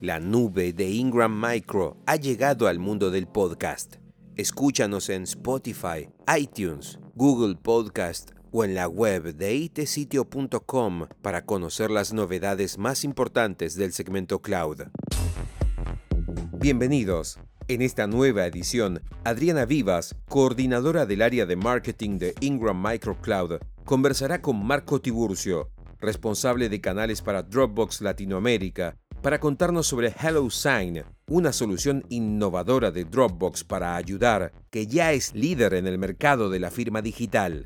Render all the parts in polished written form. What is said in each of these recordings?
La nube de Ingram Micro ha llegado al mundo del podcast. Escúchanos en Spotify, iTunes, Google Podcast o en la web de itesitio.com para conocer las novedades más importantes del segmento cloud. Bienvenidos. En esta nueva edición, Adriana Vivas, coordinadora del área de marketing de Ingram Micro Cloud, conversará con Marco Tiburcio, responsable de canales para Dropbox Latinoamérica, para contarnos sobre HelloSign, una solución innovadora de Dropbox para ayudar, que ya es líder en el mercado de la firma digital.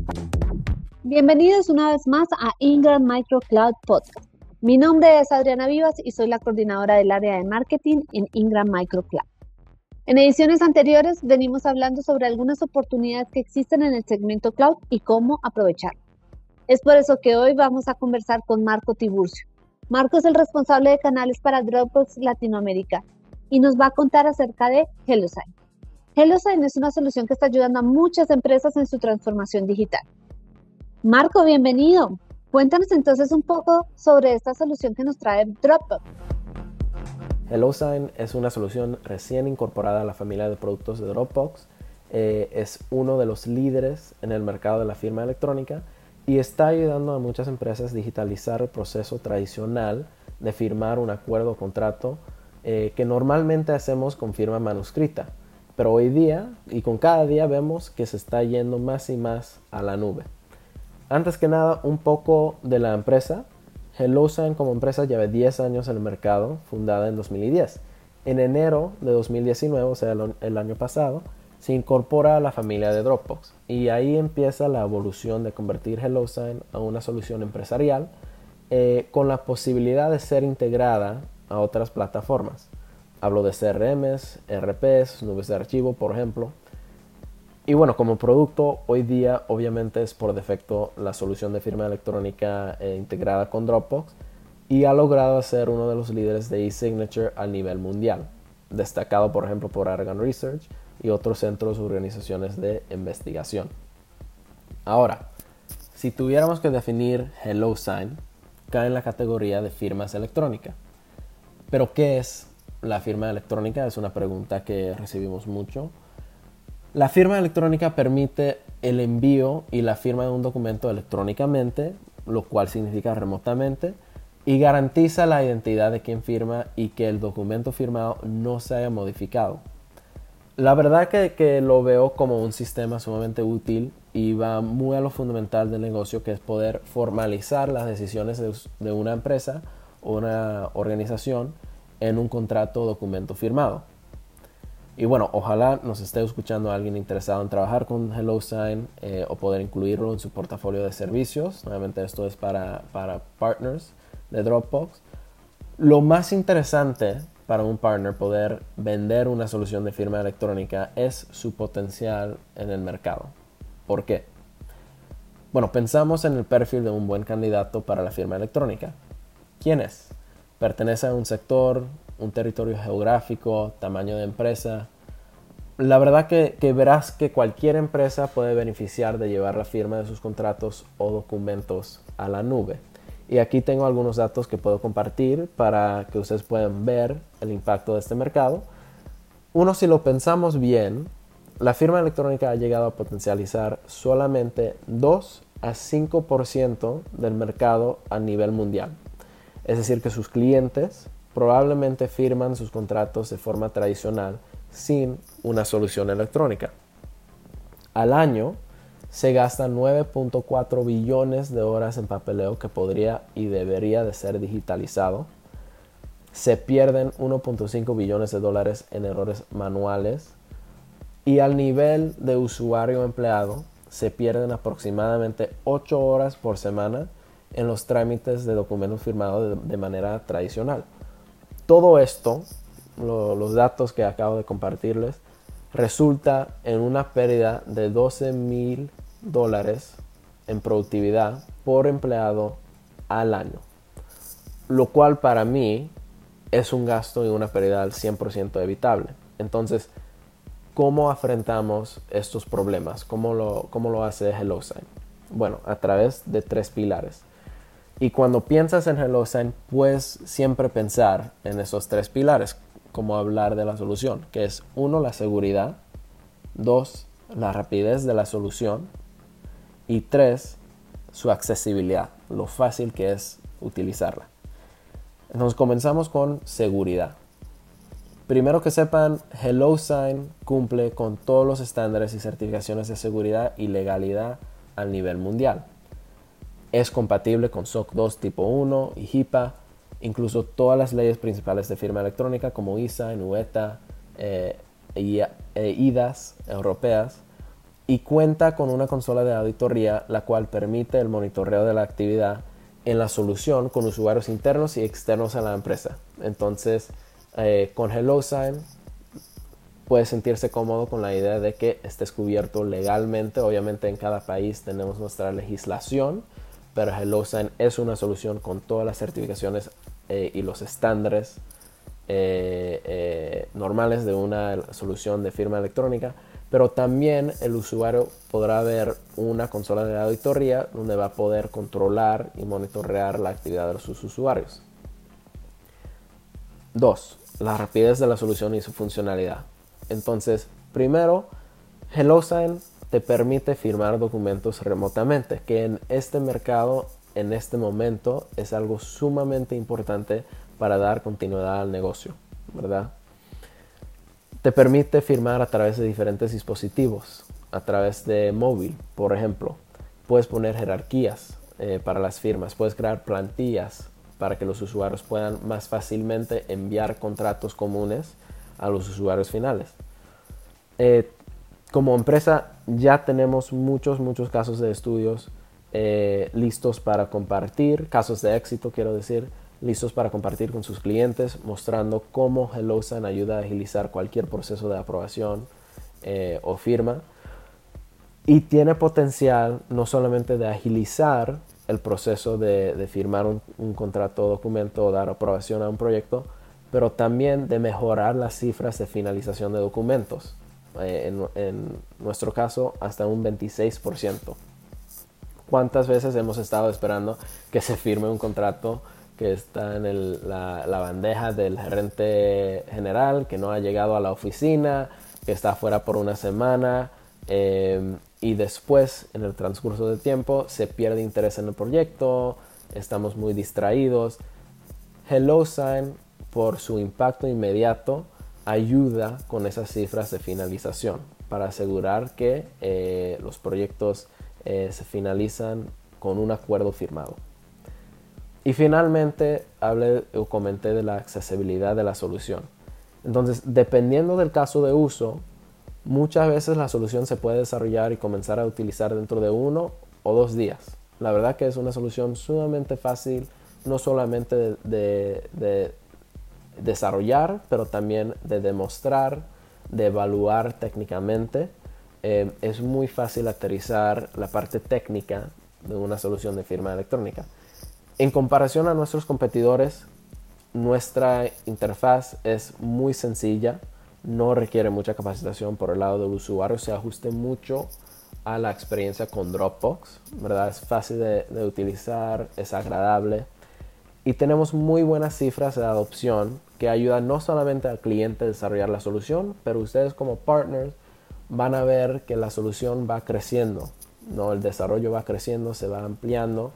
Bienvenidos una vez más a Ingram Micro Cloud Podcast. Mi nombre es Adriana Vivas y soy la coordinadora del área de marketing en Ingram Micro Cloud. En ediciones anteriores venimos hablando sobre algunas oportunidades que existen en el segmento cloud y cómo aprovecharlo. Es por eso que hoy vamos a conversar con Marco Tiburcio. Marco es el responsable de canales para Dropbox Latinoamérica y nos va a contar acerca de HelloSign. HelloSign es una solución que está ayudando a muchas empresas en su transformación digital. Marco, bienvenido. Cuéntanos entonces un poco sobre esta solución que nos trae Dropbox. HelloSign es una solución recién incorporada a la familia de productos de Dropbox. Es uno de los líderes en el mercado de la firma electrónica y está ayudando a muchas empresas a digitalizar el proceso tradicional de firmar un acuerdo o contrato que normalmente hacemos con firma manuscrita. Pero hoy día y con cada día vemos que se está yendo más y más a la nube. Antes que nada, un poco de la empresa. HelloSign como empresa lleva 10 años en el mercado, fundada en 2010. En enero de 2019, o sea, el año pasado, se incorpora a la familia de Dropbox. Y ahí empieza la evolución de convertir HelloSign a una solución empresarial con la posibilidad de ser integrada a otras plataformas. Hablo de CRMs, ERPs, nubes de archivo, por ejemplo. Y bueno, como producto, hoy día obviamente es por defecto la solución de firma electrónica integrada con Dropbox y ha logrado ser uno de los líderes de e-signature a nivel mundial, destacado por ejemplo por Argonne Research y otros centros o organizaciones de investigación. Ahora, si tuviéramos que definir HelloSign, cae en la categoría de firmas electrónicas. ¿Pero qué es la firma electrónica? Es una pregunta que recibimos mucho. La firma electrónica permite el envío y la firma de un documento electrónicamente, lo cual significa remotamente, y garantiza la identidad de quien firma y que el documento firmado no se haya modificado. La verdad que lo veo como un sistema sumamente útil y va muy a lo fundamental del negocio, que es poder formalizar las decisiones de una empresa o una organización en un contrato o documento firmado. Y bueno, ojalá nos esté escuchando alguien interesado en trabajar con HelloSign o poder incluirlo en su portafolio de servicios. Nuevamente esto es para partners de Dropbox. Lo más interesante para un partner poder vender una solución de firma electrónica es su potencial en el mercado. ¿Por qué? Bueno, pensamos en el perfil de un buen candidato para la firma electrónica. ¿Quién es? ¿Pertenece a un sector, un territorio geográfico, tamaño de empresa? La verdad que verás que cualquier empresa puede beneficiar de llevar la firma de sus contratos o documentos a la nube. Y aquí tengo algunos datos que puedo compartir para que ustedes puedan ver el impacto de este mercado. Uno, si lo pensamos bien, la firma electrónica ha llegado a potencializar solamente 2 a 5% del mercado a nivel mundial. Es decir, que sus clientes probablemente firman sus contratos de forma tradicional sin una solución electrónica. Al año se gastan 9.4 billones de horas en papeleo que podría y debería de ser digitalizado. Se pierden 1.5 billones de dólares en errores manuales. Y al nivel de usuario empleado se pierden aproximadamente 8 horas por semana en los trámites de documentos firmados de manera tradicional. Todo esto, los datos que acabo de compartirles, resulta en una pérdida de $12,000 en productividad por empleado al año, lo cual para mí es un gasto y una pérdida al 100% evitable. Entonces, ¿cómo afrontamos estos problemas? ¿Cómo lo hace HelloSign? Bueno, a través de 3 pilares. Y cuando piensas en HelloSign, puedes siempre pensar en esos tres pilares, como hablar de la solución, que es 1, la seguridad, 2, la rapidez de la solución y 3, su accesibilidad, lo fácil que es utilizarla. Entonces comenzamos con seguridad. Primero que sepan, HelloSign cumple con todos los estándares y certificaciones de seguridad y legalidad a nivel mundial. Es compatible con SOC 2 tipo 1 y HIPAA, incluso todas las leyes principales de firma electrónica como ISA, UETA y IDAS europeas, y cuenta con una consola de auditoría la cual permite el monitoreo de la actividad en la solución con usuarios internos y externos a la empresa. Entonces, con HelloSign puede sentirse cómodo con la idea de que estés cubierto legalmente. Obviamente en cada país tenemos nuestra legislación, pero HelloSign es una solución con todas las certificaciones y los estándares normales de una solución de firma electrónica, pero también el usuario podrá ver una consola de auditoría donde va a poder controlar y monitorear la actividad de sus usuarios. 2. La rapidez de la solución y su funcionalidad. Entonces, primero, HelloSign te permite firmar documentos remotamente, que en este mercado, en este momento, es algo sumamente importante para dar continuidad al negocio, ¿verdad? Te permite firmar a través de diferentes dispositivos, a través de móvil, por ejemplo. Puedes poner jerarquías para las firmas, puedes crear plantillas para que los usuarios puedan más fácilmente enviar contratos comunes a los usuarios finales. Como empresa ya tenemos muchos casos de estudios listos para compartir, casos de éxito quiero decir, listos para compartir con sus clientes, mostrando cómo HelloSign ayuda a agilizar cualquier proceso de aprobación o firma. Y tiene potencial no solamente de agilizar el proceso de firmar un contrato o documento o dar aprobación a un proyecto, pero también de mejorar las cifras de finalización de documentos. En nuestro caso, hasta un 26%. ¿Cuántas veces hemos estado esperando que se firme un contrato que está en la bandeja del gerente general, que no ha llegado a la oficina, que está fuera por una semana, y después, en el transcurso del tiempo, se pierde interés en el proyecto, estamos muy distraídos? HelloSign, por su impacto inmediato, ayuda con esas cifras de finalización para asegurar que los proyectos se finalizan con un acuerdo firmado. Y finalmente comenté de la accesibilidad de la solución. Entonces, dependiendo del caso de uso, muchas veces la solución se puede desarrollar y comenzar a utilizar dentro de 1 o 2 días. La verdad que es una solución sumamente fácil, no solamente de desarrollar, pero también de demostrar, de evaluar técnicamente. Es muy fácil aterrizar la parte técnica de una solución de firma electrónica. En comparación a nuestros competidores, nuestra interfaz es muy sencilla, no requiere mucha capacitación por el lado del usuario, se ajusta mucho a la experiencia con Dropbox, ¿verdad? Es fácil de utilizar, es agradable y tenemos muy buenas cifras de adopción que ayudan no solamente al cliente a desarrollar la solución, pero ustedes como partners van a ver que la solución va creciendo, ¿no? El desarrollo va creciendo, se va ampliando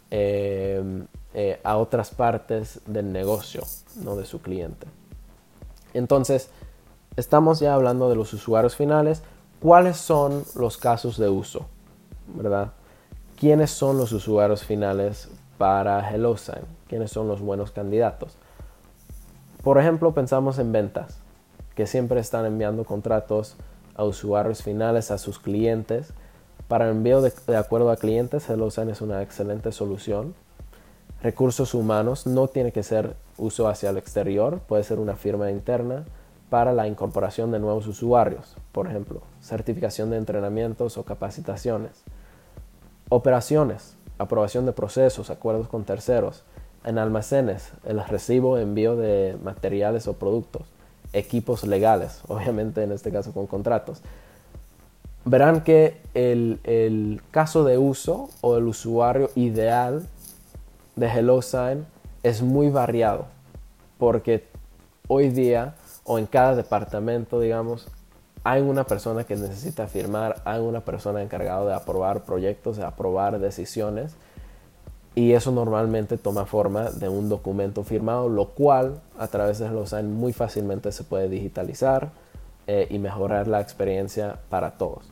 a otras partes del negocio, ¿no? De su cliente. Entonces, estamos ya hablando de los usuarios finales. ¿Cuáles son los casos de uso? ¿Verdad? ¿Quiénes son los usuarios finales para HelloSign? ¿Quiénes son los buenos candidatos? Por ejemplo, pensamos en ventas, que siempre están enviando contratos a usuarios finales, a sus clientes. Para envío de acuerdo a clientes, HelloSign es una excelente solución. Recursos humanos, no tiene que ser uso hacia el exterior, puede ser una firma interna para la incorporación de nuevos usuarios, por ejemplo, certificación de entrenamientos o capacitaciones. Operaciones, aprobación de procesos, acuerdos con terceros. En almacenes, el recibo, envío de materiales o productos. Equipos legales, obviamente en este caso con contratos. Verán que el caso de uso o el usuario ideal de HelloSign es muy variado, porque hoy día, o en cada departamento, digamos, hay una persona que necesita firmar, hay una persona encargada de aprobar proyectos, de aprobar decisiones, y eso normalmente toma forma de un documento firmado, lo cual a través de HelloSign muy fácilmente se puede digitalizar y mejorar la experiencia para todos.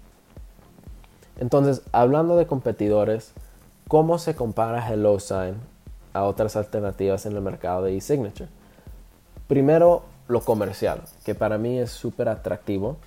Entonces, hablando de competidores, ¿cómo se compara HelloSign a otras alternativas en el mercado de e-signature? Primero, lo comercial, que para mí es súper atractivo.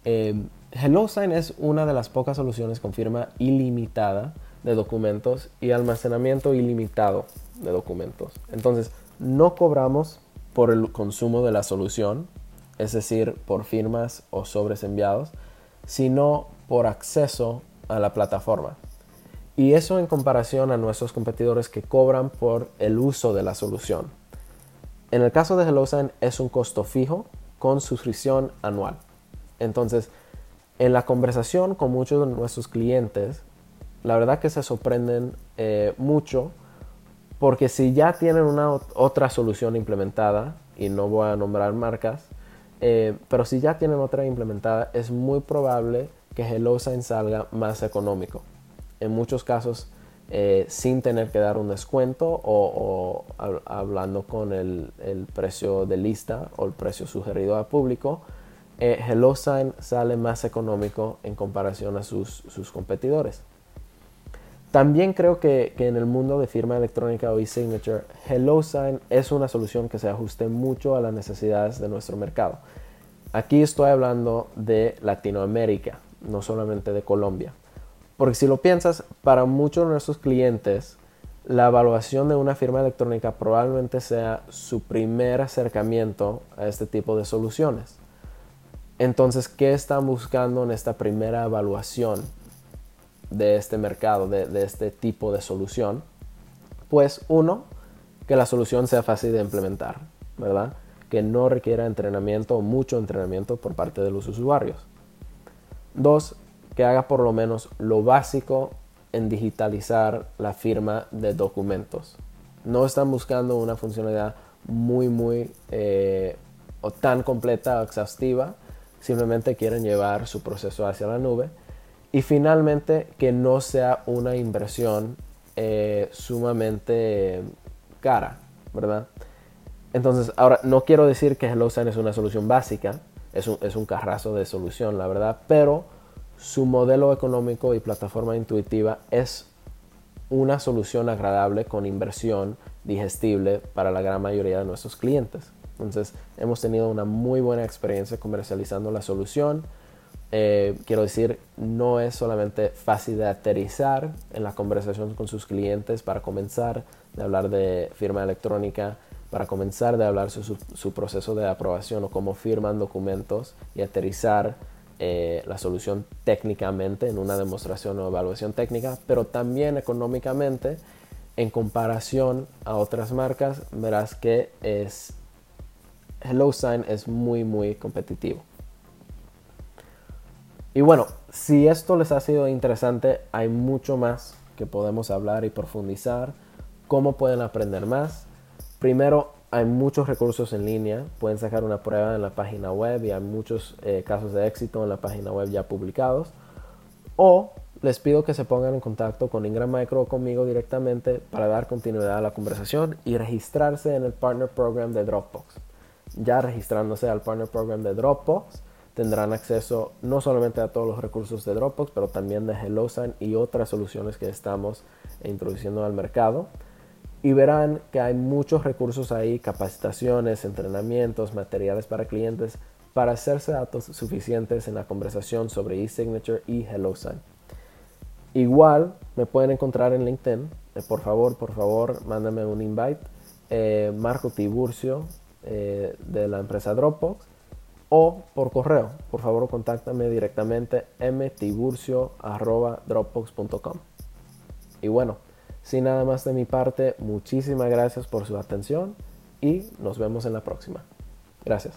HelloSign es una de las pocas soluciones con firma ilimitada de documentos y almacenamiento ilimitado de documentos. Entonces, no cobramos por el consumo de la solución, es decir, por firmas o sobres enviados, sino por acceso a la plataforma. Y eso en comparación a nuestros competidores que cobran por el uso de la solución. En el caso de HelloSign es un costo fijo con suscripción anual. Entonces, en la conversación con muchos de nuestros clientes, la verdad que se sorprenden mucho, porque si ya tienen otra solución implementada, y no voy a nombrar marcas, pero si ya tienen otra implementada, es muy probable que HelloSign salga más económico. En muchos casos, sin tener que dar un descuento o hablando con el precio de lista o el precio sugerido al público, HelloSign sale más económico en comparación a sus competidores. También creo que en el mundo de firma electrónica o e-signature, HelloSign es una solución que se ajuste mucho a las necesidades de nuestro mercado. Aquí estoy hablando de Latinoamérica, no solamente de Colombia. Porque si lo piensas, para muchos de nuestros clientes, la evaluación de una firma electrónica probablemente sea su primer acercamiento a este tipo de soluciones. Entonces, ¿qué están buscando en esta primera evaluación de este mercado, de este tipo de solución? Pues uno, que la solución sea fácil de implementar, ¿verdad? Que no requiera entrenamiento o mucho entrenamiento por parte de los usuarios. Dos, que haga por lo menos lo básico en digitalizar la firma de documentos. No están buscando una funcionalidad muy o tan completa o exhaustiva, simplemente quieren llevar su proceso hacia la nube. Y finalmente, que no sea una inversión sumamente cara, ¿verdad? Entonces, ahora, no quiero decir que HelloSign es una solución básica, es un carrazo de solución, la verdad, pero su modelo económico y plataforma intuitiva es una solución agradable con inversión digestible para la gran mayoría de nuestros clientes. Entonces, hemos tenido una muy buena experiencia comercializando la solución. Quiero decir, no es solamente fácil de aterrizar en la conversación con sus clientes para comenzar de hablar de firma electrónica, para comenzar de hablar su proceso de aprobación o cómo firman documentos y aterrizar la solución técnicamente en una demostración o evaluación técnica, pero también económicamente en comparación a otras marcas. Verás que HelloSign es muy competitivo. Y bueno, si esto les ha sido interesante, hay mucho más que podemos hablar y profundizar. ¿Cómo pueden aprender más? Primero, hay muchos recursos en línea. Pueden sacar una prueba en la página web y hay muchos casos de éxito en la página web ya publicados. O les pido que se pongan en contacto con Ingram Micro o conmigo directamente para dar continuidad a la conversación y registrarse en el Partner Program de Dropbox. Ya registrándose al Partner Program de Dropbox, tendrán acceso no solamente a todos los recursos de Dropbox, pero también de HelloSign y otras soluciones que estamos introduciendo al mercado. Y verán que hay muchos recursos ahí, capacitaciones, entrenamientos, materiales para clientes, para hacerse datos suficientes en la conversación sobre e-signature y HelloSign. Igual me pueden encontrar en LinkedIn. Por favor, mándame un invite. Marco Tiburcio de la empresa Dropbox. O por correo. Por favor, contáctame directamente mtiburcio@dropbox.com. Y bueno, sin nada más de mi parte, muchísimas gracias por su atención y nos vemos en la próxima. Gracias.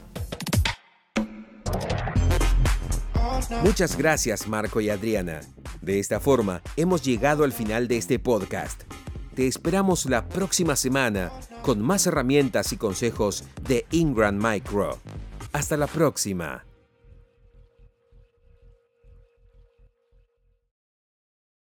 Muchas gracias, Marco y Adriana. De esta forma, hemos llegado al final de este podcast. Te esperamos la próxima semana con más herramientas y consejos de Ingram Micro. Hasta la próxima.